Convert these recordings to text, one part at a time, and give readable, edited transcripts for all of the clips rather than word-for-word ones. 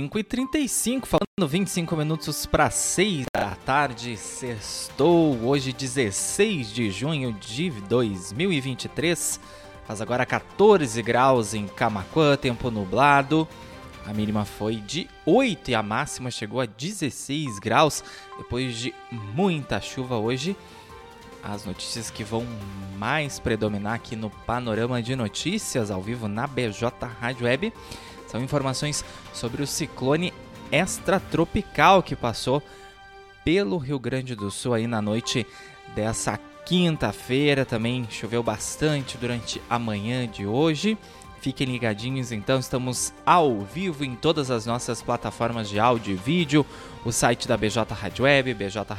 5h35, falando 25 minutos para 6 da tarde, sextou, hoje 16 de junho de 2023, faz agora 14 graus em Camaquã, tempo nublado, a mínima foi de 8 e a máxima chegou a 16 graus, depois de muita chuva hoje. As notícias que vão mais predominar aqui no Panorama de Notícias, ao vivo na BJ Rádio Web, são informações sobre o ciclone extratropical que passou pelo Rio Grande do Sul aí na noite dessa quinta-feira. Também choveu bastante durante a manhã de hoje. Fiquem ligadinhos, então, estamos ao vivo em todas as nossas plataformas de áudio e vídeo, o site da BJ Rádio Web,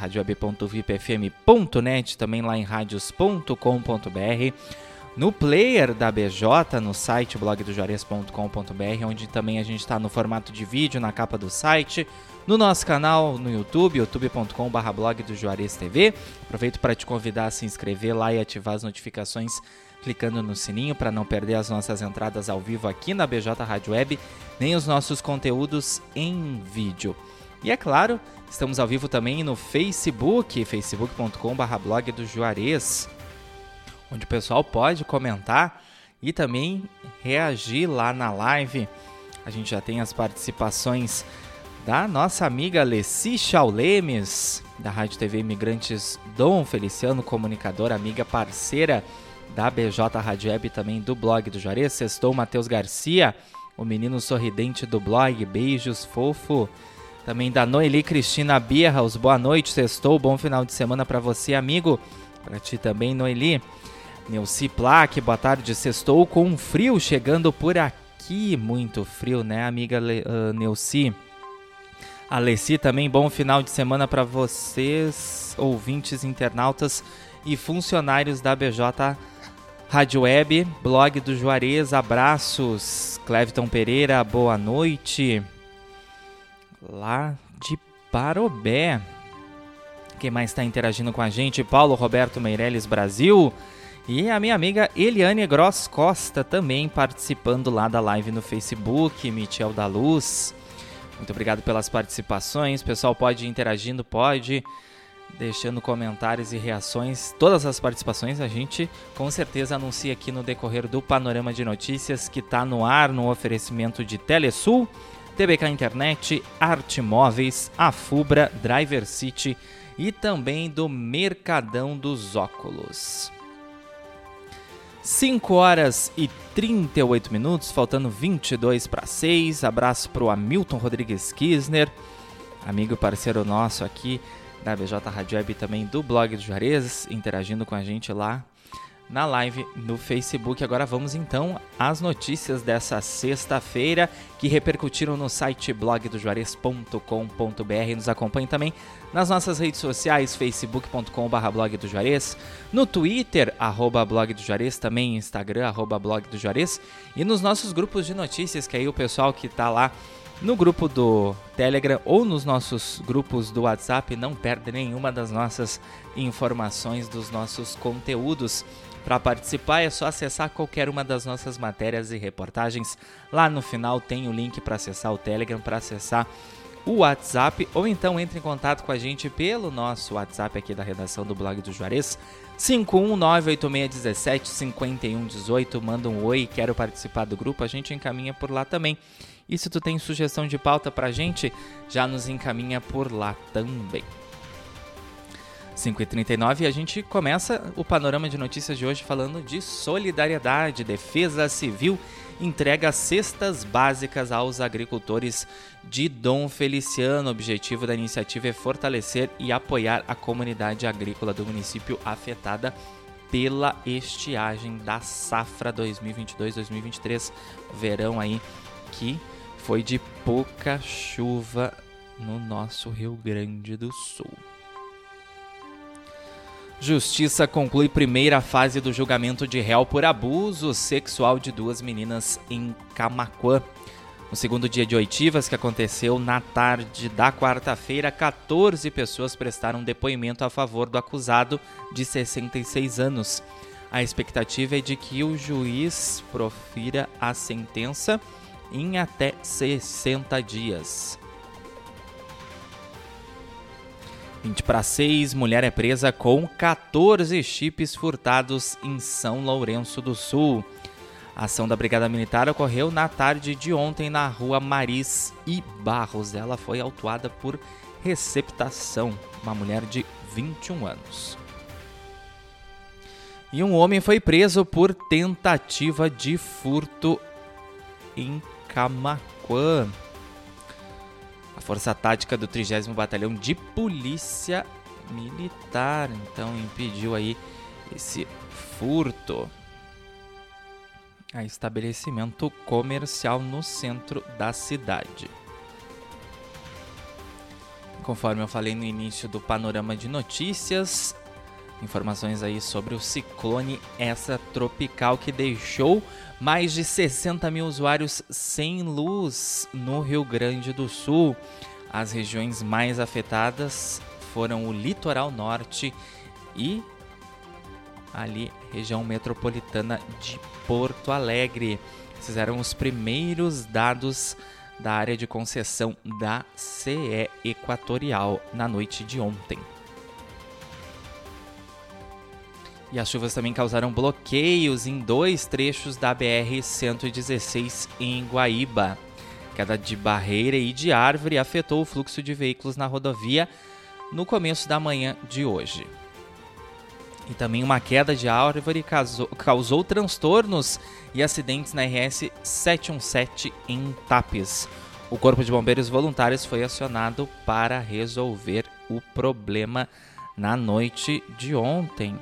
bjradioweb.vipfm.net, também lá em radios.com.br, no player da BJ, no site blogdojuarez.com.br, onde também a gente está no formato de vídeo, na capa do site, no nosso canal no YouTube, youtube.com/blogdojuarez.tv. Aproveito para te convidar a se inscrever lá e ativar as notificações clicando no sininho para não perder as nossas entradas ao vivo aqui na BJ Rádio Web, nem os nossos conteúdos em vídeo. E é claro, estamos ao vivo também no Facebook, facebook.com/blogdojuarez, onde o pessoal pode comentar e também reagir lá na live. A gente já tem as participações da nossa amiga Leci Chaulemes, da Rádio TV Imigrantes Dom Feliciano, comunicadora, amiga parceira da BJ Rádio Web, também do blog do Juarez. Sextou Matheus Garcia, o menino sorridente do blog, beijos, fofo. Também da Noeli Cristina Birra, os boa noite, sextou, bom final de semana para você, amigo. Para ti também, Noeli. Neuci Plaque, boa tarde, sextou com frio chegando por aqui, muito frio, né, amiga Neuci? Alessi também, bom final de semana para vocês, ouvintes, internautas e funcionários da BJ Rádio Web, blog do Juarez, abraços. Cleviton Pereira, boa noite. Lá de Parobé. Quem mais está interagindo com a gente? Paulo Roberto Meirelles Brasil. E a minha amiga Eliane Gross Costa também participando lá da live no Facebook. Michel da Luz. Muito obrigado pelas participações. O pessoal pode ir interagindo, pode deixando comentários e reações. Todas as participações a gente com certeza anuncia aqui no decorrer do Panorama de Notícias, que está no ar no oferecimento de Telesul, TBK Internet, Arte Móveis, Afubra, Driver City e também do Mercadão dos Óculos. 5 horas e 38 minutos, faltando 22 para 6. Abraço para o Hamilton Rodrigues Kisner, amigo e parceiro nosso aqui da BJ Rádio Web e também do blog do Juarez, interagindo com a gente lá na live no Facebook. Agora vamos então às notícias dessa sexta-feira que repercutiram no site blogdojuarez.com.br. Nos acompanhe também nas nossas redes sociais, facebook.com/blogdojuarez, no Twitter, @blogdojuarez, também Instagram, @blogdojuarez, e nos nossos grupos de notícias, que aí o pessoal que está lá no grupo do Telegram ou nos nossos grupos do WhatsApp não perde nenhuma das nossas informações, dos nossos conteúdos. Para participar é só acessar qualquer uma das nossas matérias e reportagens. Lá no final tem o link para acessar o Telegram, para acessar o WhatsApp, ou então entre em contato com a gente pelo nosso WhatsApp aqui da redação do blog do Juarez, 51986175118. Manda um oi, quero participar do grupo, a gente encaminha por lá também. E se tu tem sugestão de pauta pra gente, já nos encaminha por lá também. 5h39 e a gente começa o Panorama de Notícias de hoje falando de solidariedade. Defesa Civil entrega cestas básicas aos agricultores de Dom Feliciano. O objetivo da iniciativa é fortalecer e apoiar a comunidade agrícola do município afetada pela estiagem da safra 2022-2023. Verão aí que foi de pouca chuva no nosso Rio Grande do Sul. Justiça conclui primeira fase do julgamento de réu por abuso sexual de 2 meninas em Camaquã. No segundo dia de oitivas, que aconteceu na tarde da quarta-feira, 14 pessoas prestaram depoimento a favor do acusado de 66 anos. A expectativa é de que o juiz profira a sentença em até 60 dias. 20/6, mulher é presa com 14 chips furtados em São Lourenço do Sul. A ação da Brigada Militar ocorreu na tarde de ontem na rua Maris e Barros. Ela foi autuada por receptação, uma mulher de 21 anos. E um homem foi preso por tentativa de furto em Camaquã. A Força Tática do 30º Batalhão de Polícia Militar, então, impediu aí esse furto a estabelecimento comercial no centro da cidade. Conforme eu falei no início do panorama de notícias, informações aí sobre o ciclone extratropical que deixou mais de 60 mil usuários sem luz no Rio Grande do Sul. As regiões mais afetadas foram o litoral norte e ali região metropolitana de Porto Alegre. Esses eram os primeiros dados da área de concessão da CE Equatorial na noite de ontem. E as chuvas também causaram bloqueios em 2 trechos da BR-116 em Guaíba. Queda de barreira e de árvore afetou o fluxo de veículos na rodovia no começo da manhã de hoje. E também uma queda de árvore causou transtornos e acidentes na RS 717 em Tapes. O Corpo de Bombeiros Voluntários foi acionado para resolver o problema na noite de ontem.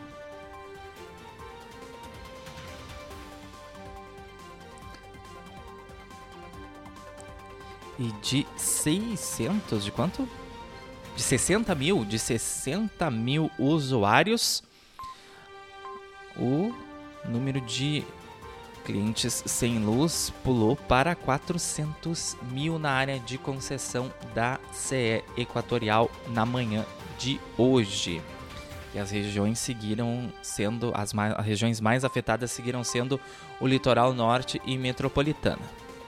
E de 600, de quanto? De 60 mil usuários, o número de clientes sem luz pulou para 400 mil na área de concessão da CE Equatorial na manhã de hoje. E as regiões seguiram sendo, as regiões mais afetadas seguiram sendo o litoral norte e metropolitana.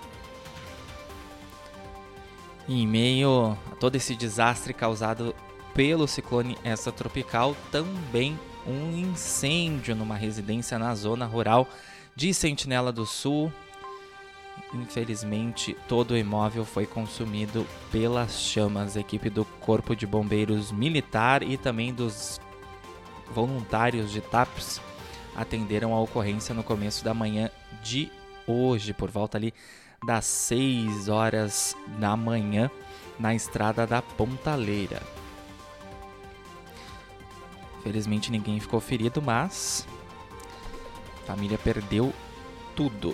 Em meio a todo esse desastre causado pelo ciclone extratropical, também um incêndio numa residência na zona rural de Sentinela do Sul. Infelizmente, todo o imóvel foi consumido pelas chamas. A equipe do Corpo de Bombeiros Militar e também dos voluntários de Tapes atenderam a ocorrência no começo da manhã de hoje, por volta ali das 6 horas da manhã, na estrada da Pontaleira. Felizmente ninguém ficou ferido, mas a família perdeu tudo.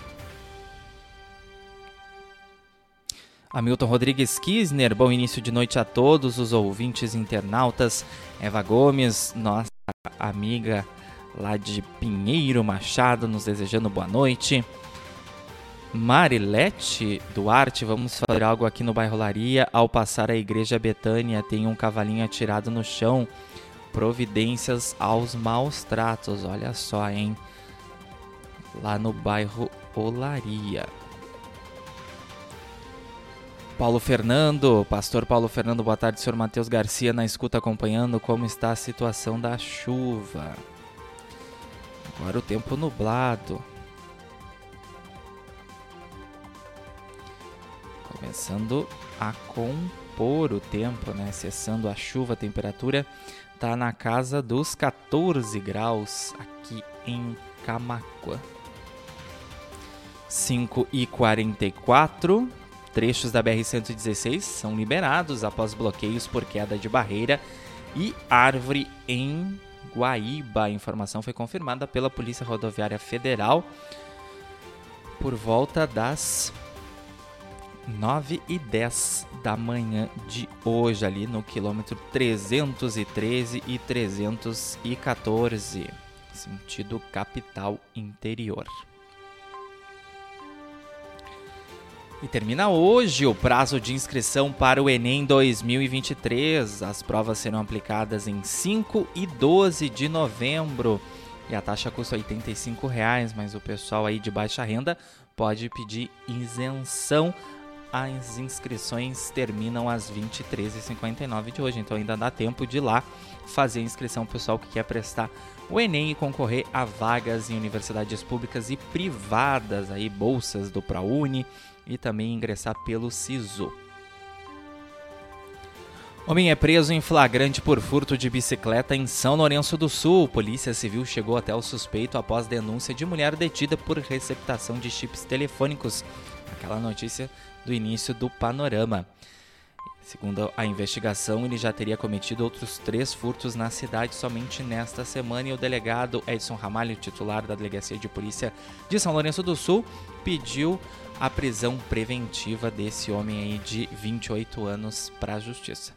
Hamilton Rodrigues Kisner, bom início de noite a todos os ouvintes internautas. Eva Gomes, nossa amiga lá de Pinheiro Machado, nos desejando boa noite. Marilete Duarte, vamos fazer algo aqui no bairro Laria. Ao passar a igreja Betânia, tem um cavalinho atirado no chão. Providências aos maus tratos, olha só, hein? Lá no bairro Olaria. Paulo Fernando, pastor Paulo Fernando, boa tarde, senhor Matheus Garcia, na escuta acompanhando como está a situação da chuva. Agora o tempo nublado. Começando a compor o tempo, né? Cessando a chuva, a temperatura está na casa dos 14 graus aqui em Camaquã. 5h44, trechos da BR-116 são liberados após bloqueios por queda de barreira e árvore em Guaíba. A informação foi confirmada pela Polícia Rodoviária Federal por volta das 9h10 da manhã de hoje, ali no quilômetro 313 e 314, sentido capital interior. E termina hoje o prazo de inscrição para o Enem 2023. As provas serão aplicadas em 5 e 12 de novembro. E a taxa custa R$ 85,00, mas o pessoal aí de baixa renda pode pedir isenção. As inscrições terminam às 23h59 de hoje, então ainda dá tempo de ir lá fazer a inscrição, pessoal que quer prestar o Enem e concorrer a vagas em universidades públicas e privadas, aí, bolsas do ProUni e também ingressar pelo SISU. Homem é preso em flagrante por furto de bicicleta em São Lourenço do Sul. Polícia Civil chegou até o suspeito após denúncia de mulher detida por receptação de chips telefônicos. Aquela notícia do início do Panorama. Segundo a investigação, ele já teria cometido outros 3 furtos na cidade somente nesta semana, e o delegado Edson Ramalho, titular da Delegacia de Polícia de São Lourenço do Sul, pediu a prisão preventiva desse homem aí de 28 anos para a Justiça.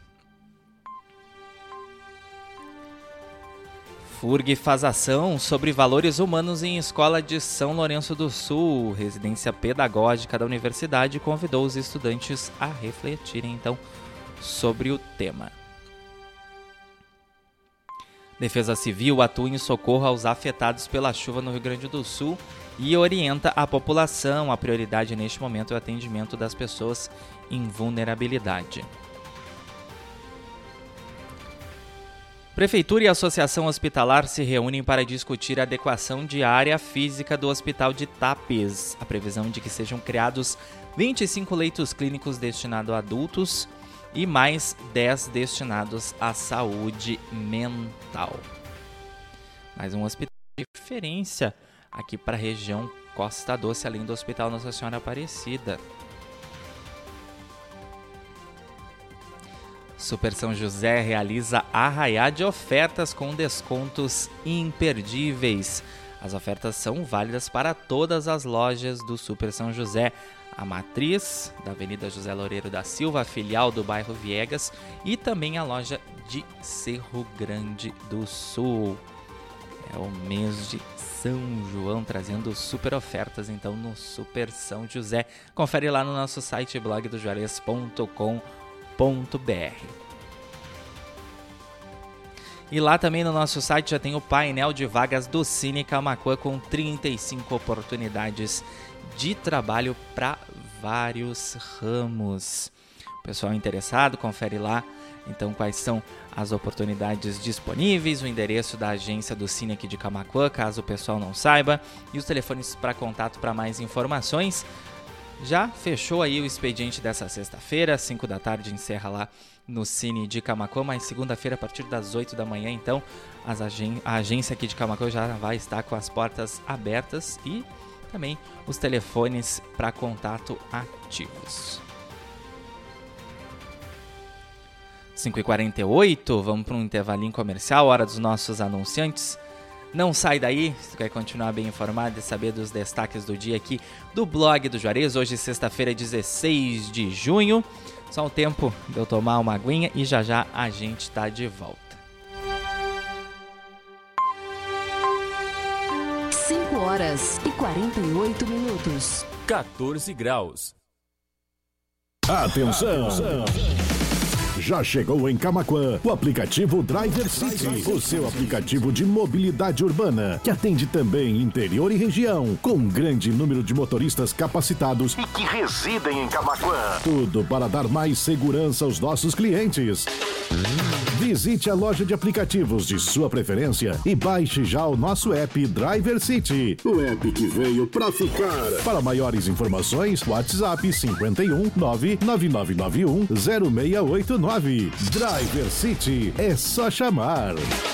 FURG faz ação sobre valores humanos em escola de São Lourenço do Sul. Residência Pedagógica da Universidade convidou os estudantes a refletirem, então, sobre o tema. Defesa Civil atua em socorro aos afetados pela chuva no Rio Grande do Sul e orienta a população. A prioridade neste momento é o atendimento das pessoas em vulnerabilidade. Prefeitura e Associação Hospitalar se reúnem para discutir a adequação de área física do Hospital de Tapes. A previsão de que sejam criados 25 leitos clínicos destinados a adultos e mais 10 destinados à saúde mental. Mais um hospital de referência aqui para a região Costa Doce, além do Hospital Nossa Senhora Aparecida. Super São José realiza arraiá de ofertas com descontos imperdíveis. As ofertas são válidas para todas as lojas do Super São José. A matriz da Avenida José Loureiro da Silva, a filial do bairro Viegas e também a loja de Cerro Grande do Sul. É o mês de São João trazendo super ofertas então no Super São José. Confere lá no nosso site blogdojuarez.com.br. E lá também no nosso site já tem o painel de vagas do Cine Camaquã com 35 oportunidades de trabalho para vários ramos. Pessoal interessado, confere lá então quais são as oportunidades disponíveis, o endereço da agência do Cine aqui de Camaquã, caso o pessoal não saiba, e os telefones para contato para mais informações. Já fechou aí o expediente dessa sexta-feira, 5 da tarde encerra lá no Cine de Camaquã, mas segunda-feira a partir das 8 da manhã, então a agência aqui de Camaquã já vai estar com as portas abertas e também os telefones para contato ativos. 5h48, vamos para um intervalinho comercial, hora dos nossos anunciantes. Não sai daí, se tu quer continuar bem informado e saber dos destaques do dia aqui do blog do Juarez. Hoje, sexta-feira, 16 de junho. Só um tempo de eu tomar uma aguinha e já já a gente tá de volta. 5h48. 14 graus. Atenção! Já chegou em Camaquã o aplicativo Driver City, o seu aplicativo de mobilidade urbana, que atende também interior e região, com um grande número de motoristas capacitados e que residem em Camaquã. Tudo para dar mais segurança aos nossos clientes. Visite a loja de aplicativos de sua preferência e baixe já o nosso app Driver City, o app que veio pra ficar. Para maiores informações, WhatsApp 51 99991 0689. Driver City, é só chamar.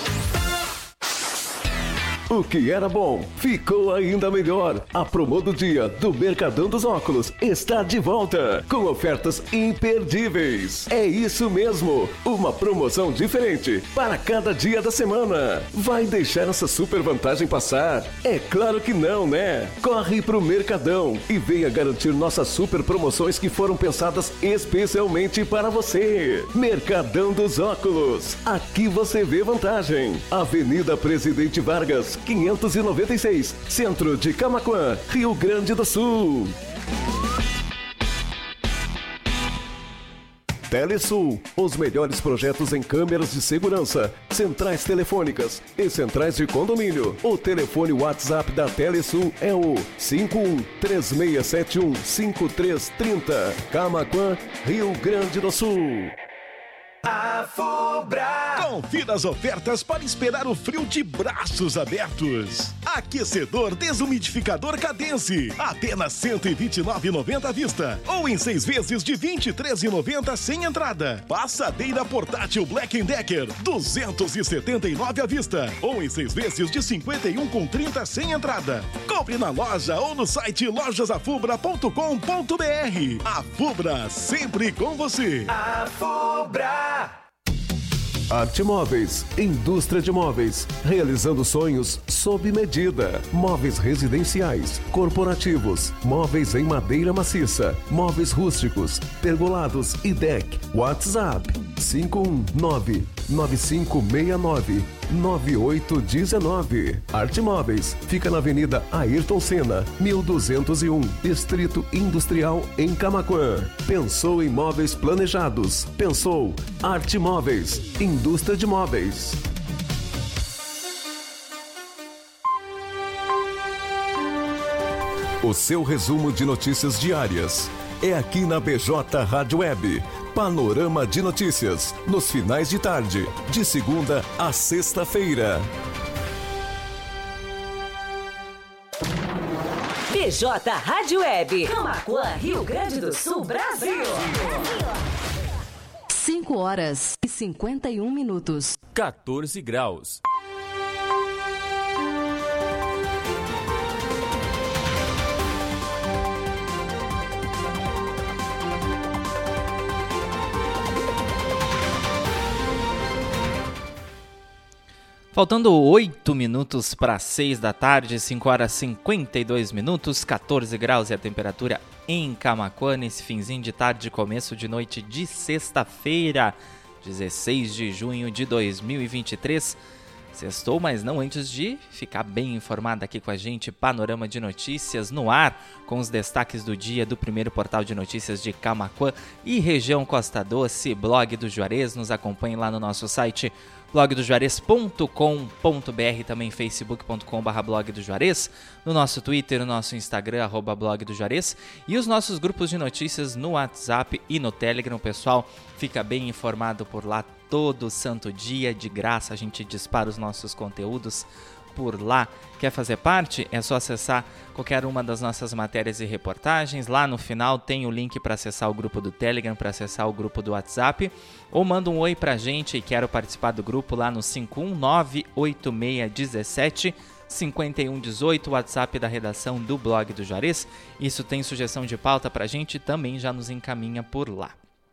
O que era bom ficou ainda melhor. A promo do dia do Mercadão dos Óculos está de volta com ofertas imperdíveis. É isso mesmo, uma promoção diferente para cada dia da semana. Vai deixar essa super vantagem passar? É claro que não, né? Corre pro Mercadão e venha garantir nossas super promoções que foram pensadas especialmente para você. Mercadão dos Óculos. Aqui você vê vantagem. Avenida Presidente Vargas, 596, Centro de Camaquã, Rio Grande do Sul. Telesul, os melhores projetos em câmeras de segurança, centrais telefônicas e centrais de condomínio. O telefone WhatsApp da Telesul é o 51-3671-5330. Camaquã, Rio Grande do Sul. A Fubra. Confira as ofertas para esperar o frio de braços abertos. Aquecedor desumidificador Cadence, apenas R$ 129,90 à vista, ou em 6 vezes de R$ 23,90 sem entrada. Passadeira portátil Black & Decker, R$ 279 à vista, ou em 6 vezes de R$ 51,30 sem entrada. Compre na loja ou no site lojasafubra.com.br. A Fubra, sempre com você. A Fubra. Arte Móveis, indústria de móveis, realizando sonhos sob medida. Móveis residenciais, corporativos, móveis em madeira maciça, móveis rústicos, pergolados e deck. WhatsApp 519-9569-9819. Arte Móveis, fica na Avenida Ayrton Senna, 1201, Distrito Industrial em Camaquã. Pensou em móveis planejados? Pensou Arte Móveis, indústria de móveis. O seu resumo de notícias diárias é aqui na BJ Rádio Web. Panorama de notícias, nos finais de tarde, de segunda a sexta-feira. BJ Rádio Web, Camaquã, Rio Grande do Sul, Brasil. 5 horas e 51 minutos. 14 graus. Faltando 8 minutos para 6 da tarde, 5 horas e 52 minutos, 14 graus e a temperatura em Camaquã, nesse finzinho de tarde, começo de noite de sexta-feira, 16 de junho de 2023. Sextou, mas não antes de ficar bem informado aqui com a gente. Panorama de notícias no ar, com os destaques do dia do primeiro portal de notícias de Camaquã e região Costa Doce, Blog do Juarez. Nos acompanhe lá no nosso site blogdojuarez.com.br, também facebook.com/blog do Juarez, no nosso Twitter, no nosso Instagram, @blog do Juarez, e os nossos grupos de notícias no WhatsApp e no Telegram. O pessoal fica bem informado por lá todo santo dia, de graça, a gente dispara os nossos conteúdos por lá. Quer fazer parte? É só acessar qualquer uma das nossas matérias e reportagens. Lá no final tem o link para acessar o grupo do Telegram, para acessar o grupo do WhatsApp, ou manda um oi pra gente e quero participar do grupo lá no 51986175118, WhatsApp da redação do Blog do Juarez. Isso tem sugestão de pauta pra gente, também já nos encaminha por lá.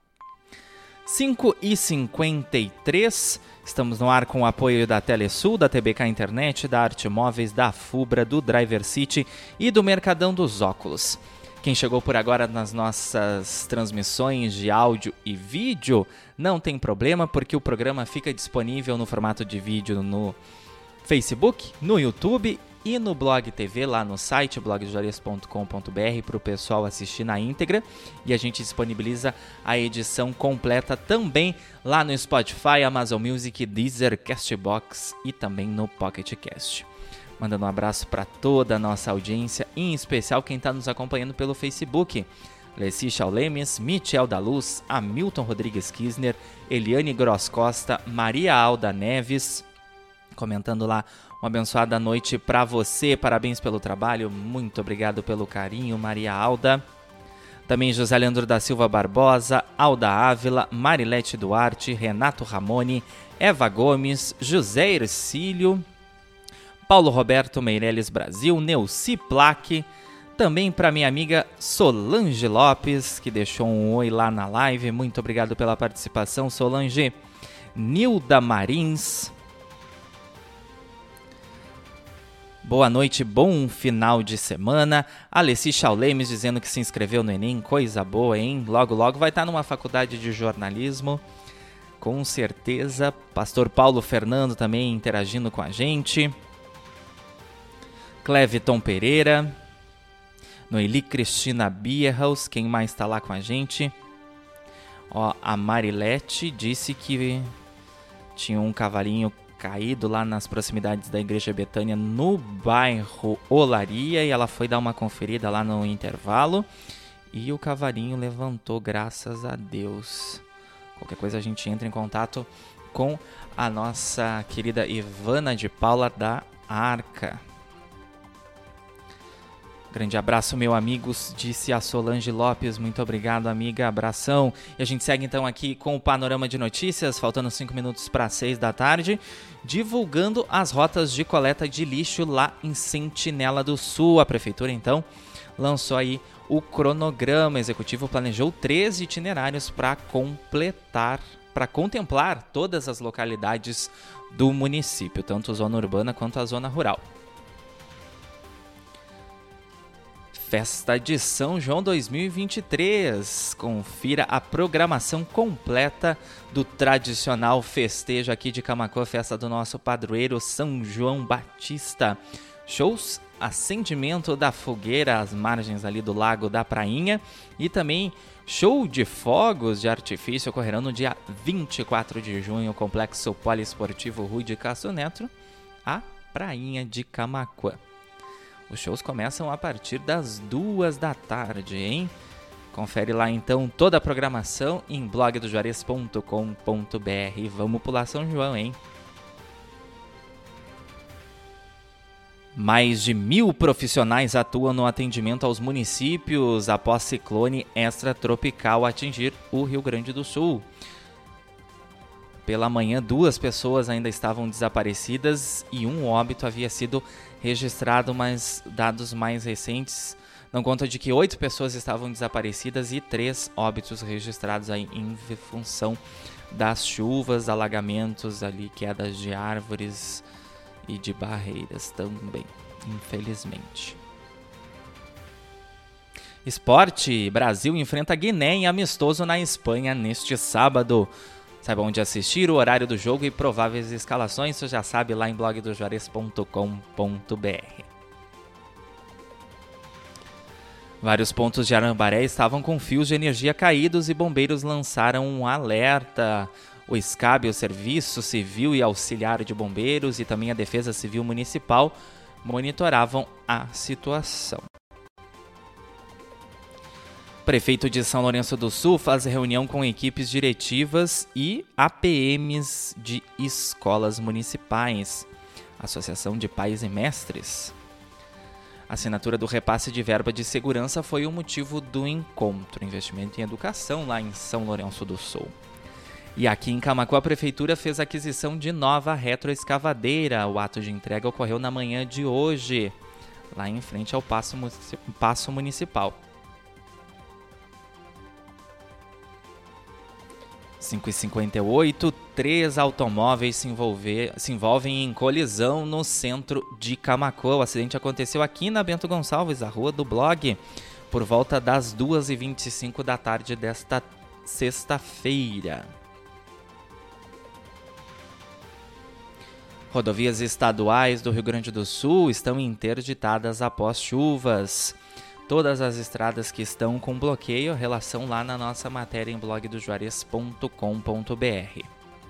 5h53, estamos no ar com o apoio da Telesul, da TBK Internet, da Arte Móveis, da Fubra, do Driver City e do Mercadão dos Óculos. Quem chegou por agora nas nossas transmissões de áudio e vídeo, não tem problema, porque o programa fica disponível no formato de vídeo no Facebook, no YouTube e no Blog TV, lá no site blogdojuarez.com.br, para o pessoal assistir na íntegra, e a gente disponibiliza a edição completa também lá no Spotify, Amazon Music, Deezer, Castbox e também no Pocket Cast. Mandando um abraço para toda a nossa audiência, em especial quem está nos acompanhando pelo Facebook: Leci Chaulemes, Michel da Luz, Hamilton Rodrigues Kisner, Eliane Gross Costa, Maria Alda Neves, comentando lá: uma abençoada noite para você, parabéns pelo trabalho, muito obrigado pelo carinho, Maria Alda. Também José Leandro da Silva Barbosa, Alda Ávila, Marilete Duarte, Renato Ramone, Eva Gomes, José Ercílio, Paulo Roberto Meireles Brasil, Neuci Plaque. Também para minha amiga Solange Lopes, que deixou um oi lá na live, muito obrigado pela participação, Solange. Nilda Marins, boa noite, bom final de semana. Alessi Chaulemes dizendo que se inscreveu no Enem, coisa boa, hein? Logo, logo vai estar numa faculdade de jornalismo, com certeza. Pastor Paulo Fernando também interagindo com a gente. Cleviton Pereira. Noeli Cristina Bierhaus, quem mais está lá com a gente? Ó, a Marilete disse que tinha um cavalinho caído lá nas proximidades da Igreja Betânia, no bairro Olaria, e ela foi dar uma conferida lá no intervalo e o cavalinho levantou, graças a Deus. Qualquer coisa a gente entra em contato com a nossa querida Ivana de Paula da Arca. Grande abraço, meu amigo, disse a Solange Lopes. Muito obrigado, amiga. Abração. E a gente segue então aqui com o Panorama de Notícias, faltando 5 minutos para 6 da tarde, divulgando as rotas de coleta de lixo lá em Sentinela do Sul. A prefeitura, então, lançou aí o cronograma. O executivo planejou 13 itinerários para contemplar todas as localidades do município, tanto a zona urbana quanto a zona rural. Festa de São João 2023. Confira a programação completa do tradicional festejo aqui de Camaquã, festa do nosso padroeiro São João Batista. Shows, acendimento da fogueira às margens ali do Lago da Prainha e também show de fogos de artifício ocorrerão no dia 24 de junho no Complexo Poliesportivo Rui de Castro Neto, a Prainha de Camaquã. Os shows começam a partir das 2 da tarde, hein? Confere lá então toda a programação em blogdojuarez.com.br. Vamos pular São João, hein? Mais de 1.000 profissionais atuam no atendimento aos municípios após ciclone extratropical atingir o Rio Grande do Sul. Pela manhã, 2 pessoas ainda estavam desaparecidas e um óbito havia sido registrado, mas dados mais recentes dão conta de que 8 pessoas estavam desaparecidas e 3 óbitos registrados aí em função das chuvas, alagamentos ali, quedas de árvores e de barreiras também, infelizmente. Esporte, Brasil enfrenta Guiné em amistoso na Espanha neste sábado. Saiba onde assistir, o horário do jogo e prováveis escalações, você já sabe lá em blogdojuarez.com.br. Vários pontos de Arambaré estavam com fios de energia caídos e bombeiros lançaram um alerta. O SCAB, o Serviço Civil e Auxiliar de Bombeiros e também a Defesa Civil Municipal monitoravam a situação. O prefeito de São Lourenço do Sul faz reunião com equipes diretivas e APMs de escolas municipais, Associação de Pais e Mestres. A assinatura do repasse de verba de segurança foi o motivo do encontro, investimento em educação lá em São Lourenço do Sul. E aqui em Camaquã, a prefeitura fez a aquisição de nova retroescavadeira. O ato de entrega ocorreu na manhã de hoje, lá em frente ao Paço Municipal. 5h58, 3 automóveis se envolvem em colisão no centro de Camaquã. O acidente aconteceu aqui na Bento Gonçalves, a Rua do Blog, por volta das 2h25 da tarde desta sexta-feira. Rodovias estaduais do Rio Grande do Sul estão interditadas após chuvas. Todas as estradas que estão com bloqueio, relação lá na nossa matéria em blogdojuarez.com.br.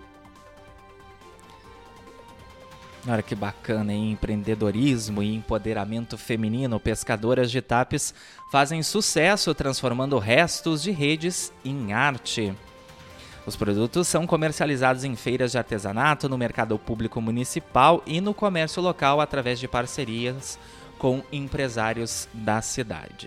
Olha que bacana, hein? Empreendedorismo e empoderamento feminino. Pescadoras de Tapes fazem sucesso transformando restos de redes em arte. Os produtos são comercializados em feiras de artesanato, no mercado público municipal e no comércio local através de parcerias com empresários da cidade.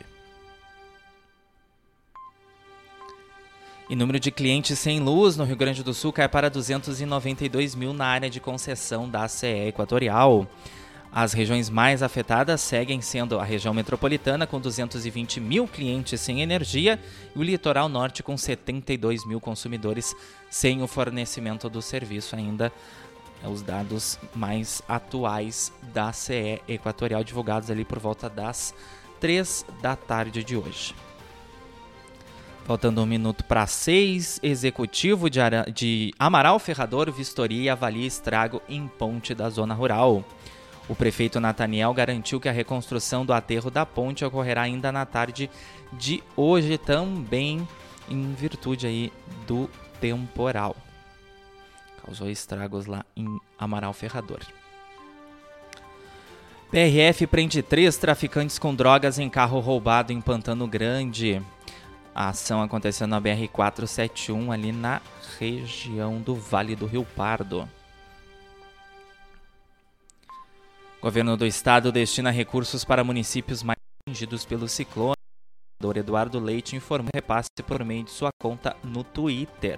E número de clientes sem luz no Rio Grande do Sul cai para 292 mil na área de concessão da CE Equatorial. As regiões mais afetadas seguem sendo a região metropolitana, com 220 mil clientes sem energia, e o litoral norte, com 72 mil consumidores sem o fornecimento do serviço ainda. Os dados mais atuais da CE Equatorial, divulgados ali por volta das 3 da tarde de hoje. Faltando 1 minuto para 6, executivo de Amaral Ferrador vistoria e avalia estrago em ponte da zona rural. O prefeito Nathaniel garantiu que a reconstrução do aterro da ponte ocorrerá ainda na tarde de hoje também. em virtude aí do temporal. Causou estragos lá em Amaral Ferrador. PRF prende 3 traficantes com drogas em carro roubado em Pantano Grande. A ação aconteceu na BR-471, ali na região do Vale do Rio Pardo. O governo do estado destina recursos para municípios mais atingidos pelo ciclone. O senador Eduardo Leite informou o repasse por meio de sua conta no Twitter.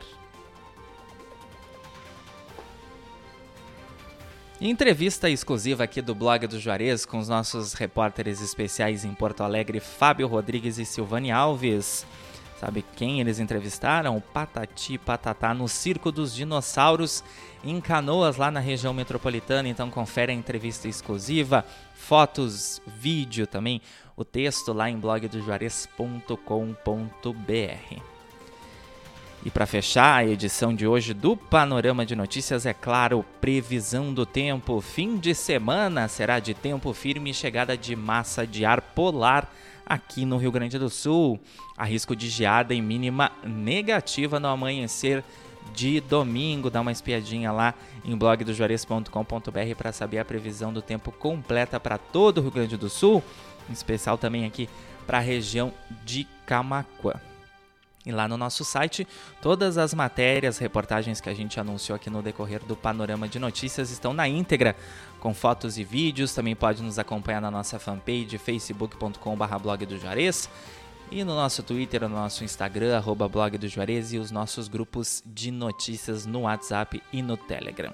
Em entrevista exclusiva aqui do Blog do Juarez com os nossos repórteres especiais em Porto Alegre, Fábio Rodrigues e Silvane Alves. Sabe quem eles entrevistaram? O Patati e Patatá no Circo dos Dinossauros em Canoas, lá na região metropolitana. Então confere a entrevista exclusiva, fotos, vídeo também, o texto lá em blogdojuarez.com.br. E para fechar a edição de hoje do Panorama de Notícias, é claro, previsão do tempo. Fim de semana será de tempo firme e chegada de massa de ar polar aqui no Rio Grande do Sul. Há risco de geada em mínima negativa no amanhecer de domingo. Dá uma espiadinha lá em blogdojuarez.com.br para saber a previsão do tempo completa para todo o Rio Grande do Sul, em especial também aqui para a região de Camaquã. E lá no nosso site, todas as matérias, reportagens que a gente anunciou aqui no decorrer do Panorama de Notícias estão na íntegra, com fotos e vídeos. Também pode nos acompanhar na nossa fanpage, facebook.com/blogdojuarez, e no nosso Twitter, no nosso Instagram, @blogdojuarez, e os nossos grupos de notícias no WhatsApp e no Telegram.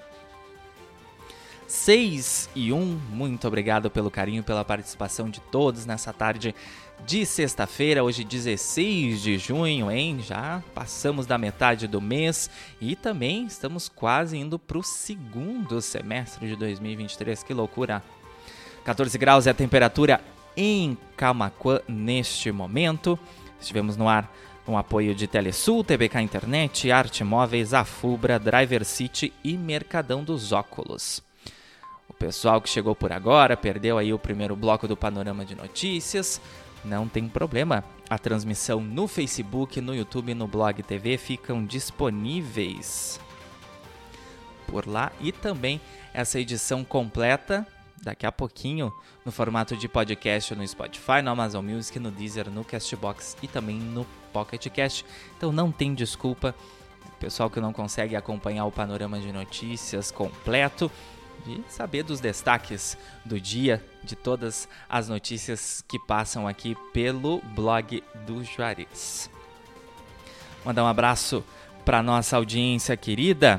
6:01, muito obrigado pelo carinho, pela participação de todos nessa tarde de sexta-feira, hoje 16 de junho, hein? Já passamos da metade do mês e também estamos quase indo para o segundo semestre de 2023, que loucura! 14 graus é a temperatura em Camaquã neste momento. Estivemos no ar com apoio de Telesul, TBK Internet, Arte Móveis, Afubra, Driver City e Mercadão dos Óculos. O pessoal que chegou por agora perdeu aí o primeiro bloco do Panorama de Notícias. Não tem problema, a transmissão no Facebook, no YouTube e no Blog TV ficam disponíveis por lá. E também essa edição completa, daqui a pouquinho, no formato de podcast no Spotify, no Amazon Music, no Deezer, no Castbox e também no Pocket Cast. Então não tem desculpa, pessoal que não consegue acompanhar o Panorama de Notícias completo, de saber dos destaques do dia, de todas as notícias que passam aqui pelo Blog do Juarez. Mandar um abraço para nossa audiência querida,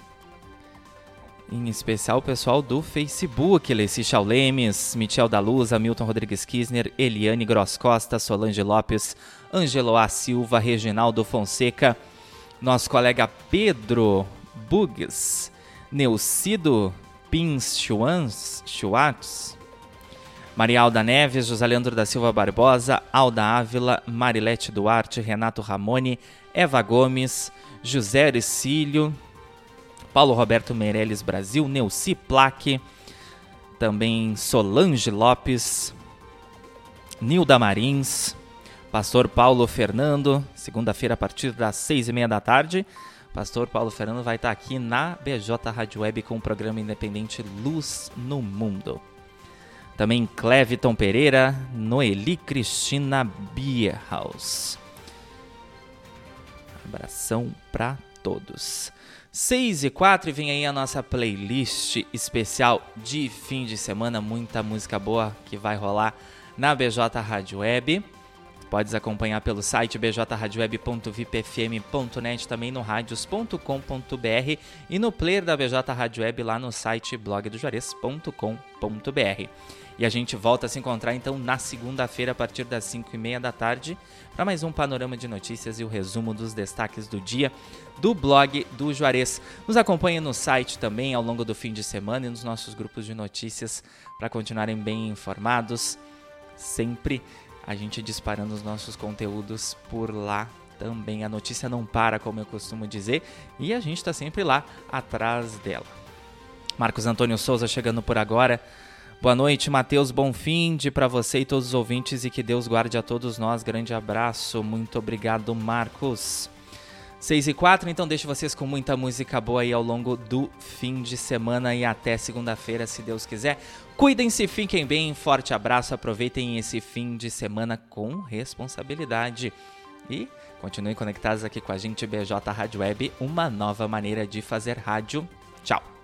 em especial o pessoal do Facebook, Leci Chaulemes, Michel da Luz, Hamilton Rodrigues Kisner, Eliane Gross Costa, Solange Lopes, Angelo A. Silva, Reginaldo Fonseca, nosso colega Pedro Bugues, Neucido Pins Schwartz, Maria Alda Neves, José Leandro da Silva Barbosa, Alda Ávila, Marilete Duarte, Renato Ramone, Eva Gomes, José Ercílio, Paulo Roberto Meirelles Brasil, Neuci Plaque, também Solange Lopes, Nilda Marins, Pastor Paulo Fernando, segunda-feira a partir das 6:30 da tarde. Pastor Paulo Fernando vai estar aqui na BJ Rádio Web com o programa independente Luz no Mundo. Também Cleviton Pereira, Noeli Cristina Bierhaus. Abração para todos. 6:04 e vem aí a nossa playlist especial de fim de semana. Muita música boa que vai rolar na BJ Rádio Web. Podes acompanhar pelo site bjradioweb.vipfm.net, também no radios.com.br e no player da BJ Rádio Web lá no site blogdojuarez.com.br. E a gente volta a se encontrar então na segunda-feira a partir das 5:30 da tarde para mais um panorama de notícias e o resumo dos destaques do dia do Blog do Juarez. Nos acompanhe no site também ao longo do fim de semana e nos nossos grupos de notícias para continuarem bem informados, sempre a gente disparando os nossos conteúdos por lá também. A notícia não para, como eu costumo dizer, e a gente está sempre lá atrás dela. Marcos Antônio Souza chegando por agora. Boa noite, Matheus, bom fim de para você e todos os ouvintes e que Deus guarde a todos nós. Grande abraço, muito obrigado, Marcos. 6h04, então deixo vocês com muita música boa aí ao longo do fim de semana e até segunda-feira, se Deus quiser. Cuidem-se, fiquem bem, forte abraço, aproveitem esse fim de semana com responsabilidade. E continuem conectados aqui com a gente, BJ Rádio Web, uma nova maneira de fazer rádio. Tchau!